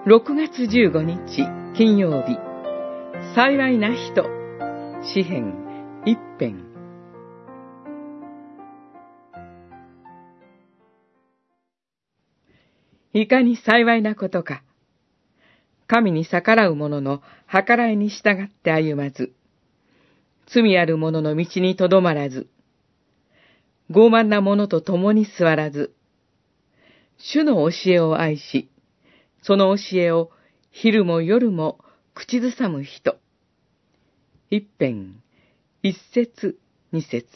6月15日金曜日、幸いな人、詩編一編。いかに幸いなことか。神に逆らう者の計らいに従って歩まず、罪ある者の道にとどまらず、傲慢な者と共に座らず、主の教えを愛し、その教えを昼も夜も口ずさむ人。一編、一節、二節。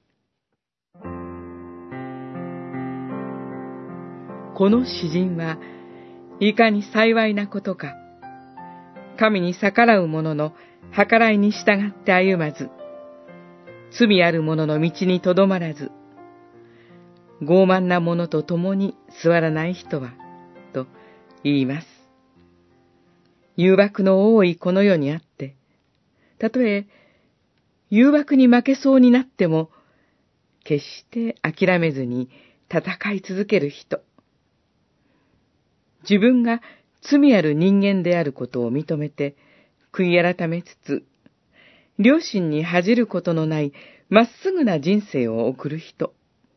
この詩人はいかに幸いなことか。神に逆らう者の計らいに従って歩まず、罪ある者の道にとどまらず、傲慢な者と共に座らない人は、と言います。誘惑の多いこの世にあって、たとえ誘惑に負けそうになっても、決して諦めずに戦い続ける人。自分が罪ある人間であることを認めて、悔い改めつつ、良心に恥じることのないまっすぐな人生を送る人。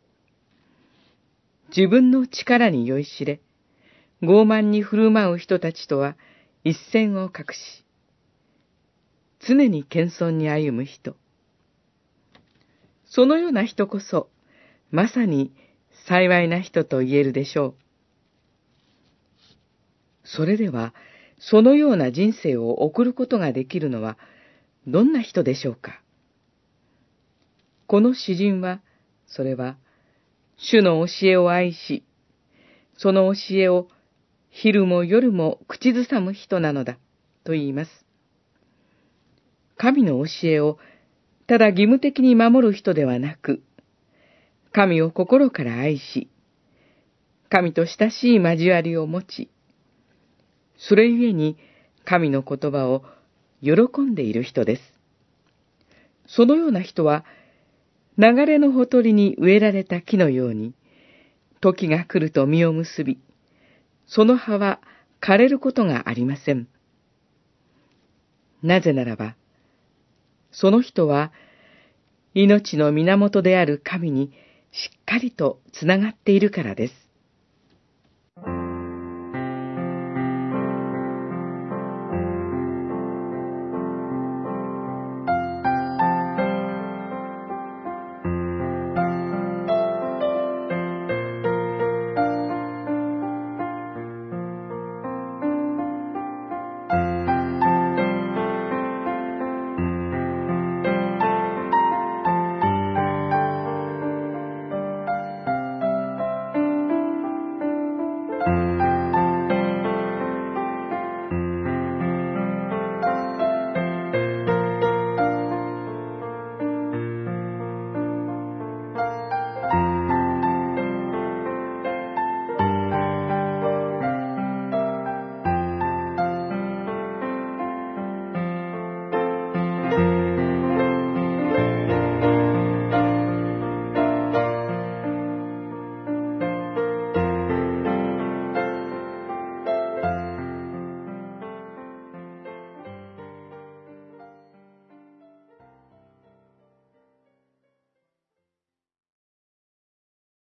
自分の力に酔いしれ、傲慢に振る舞う人たちとは一線を画し、常に謙遜に歩む人。そのような人こそ、まさに幸いな人と言えるでしょう。それでは、そのような人生を送ることができるのは、どんな人でしょうか。この詩人は、それは、主の教えを愛し、その教えを昼も夜も口ずさむ人なのだ、と言います。神の教えを、ただ義務的に守る人ではなく、神を心から愛し、神と親しい交わりを持ち、それゆえに神の言葉を喜んでいる人です。そのような人は、流れのほとりに植えられた木のように、時が来ると実を結び、その葉は枯れることがありません。なぜならば、その人は、命の源である神にしっかりとつながっているからです。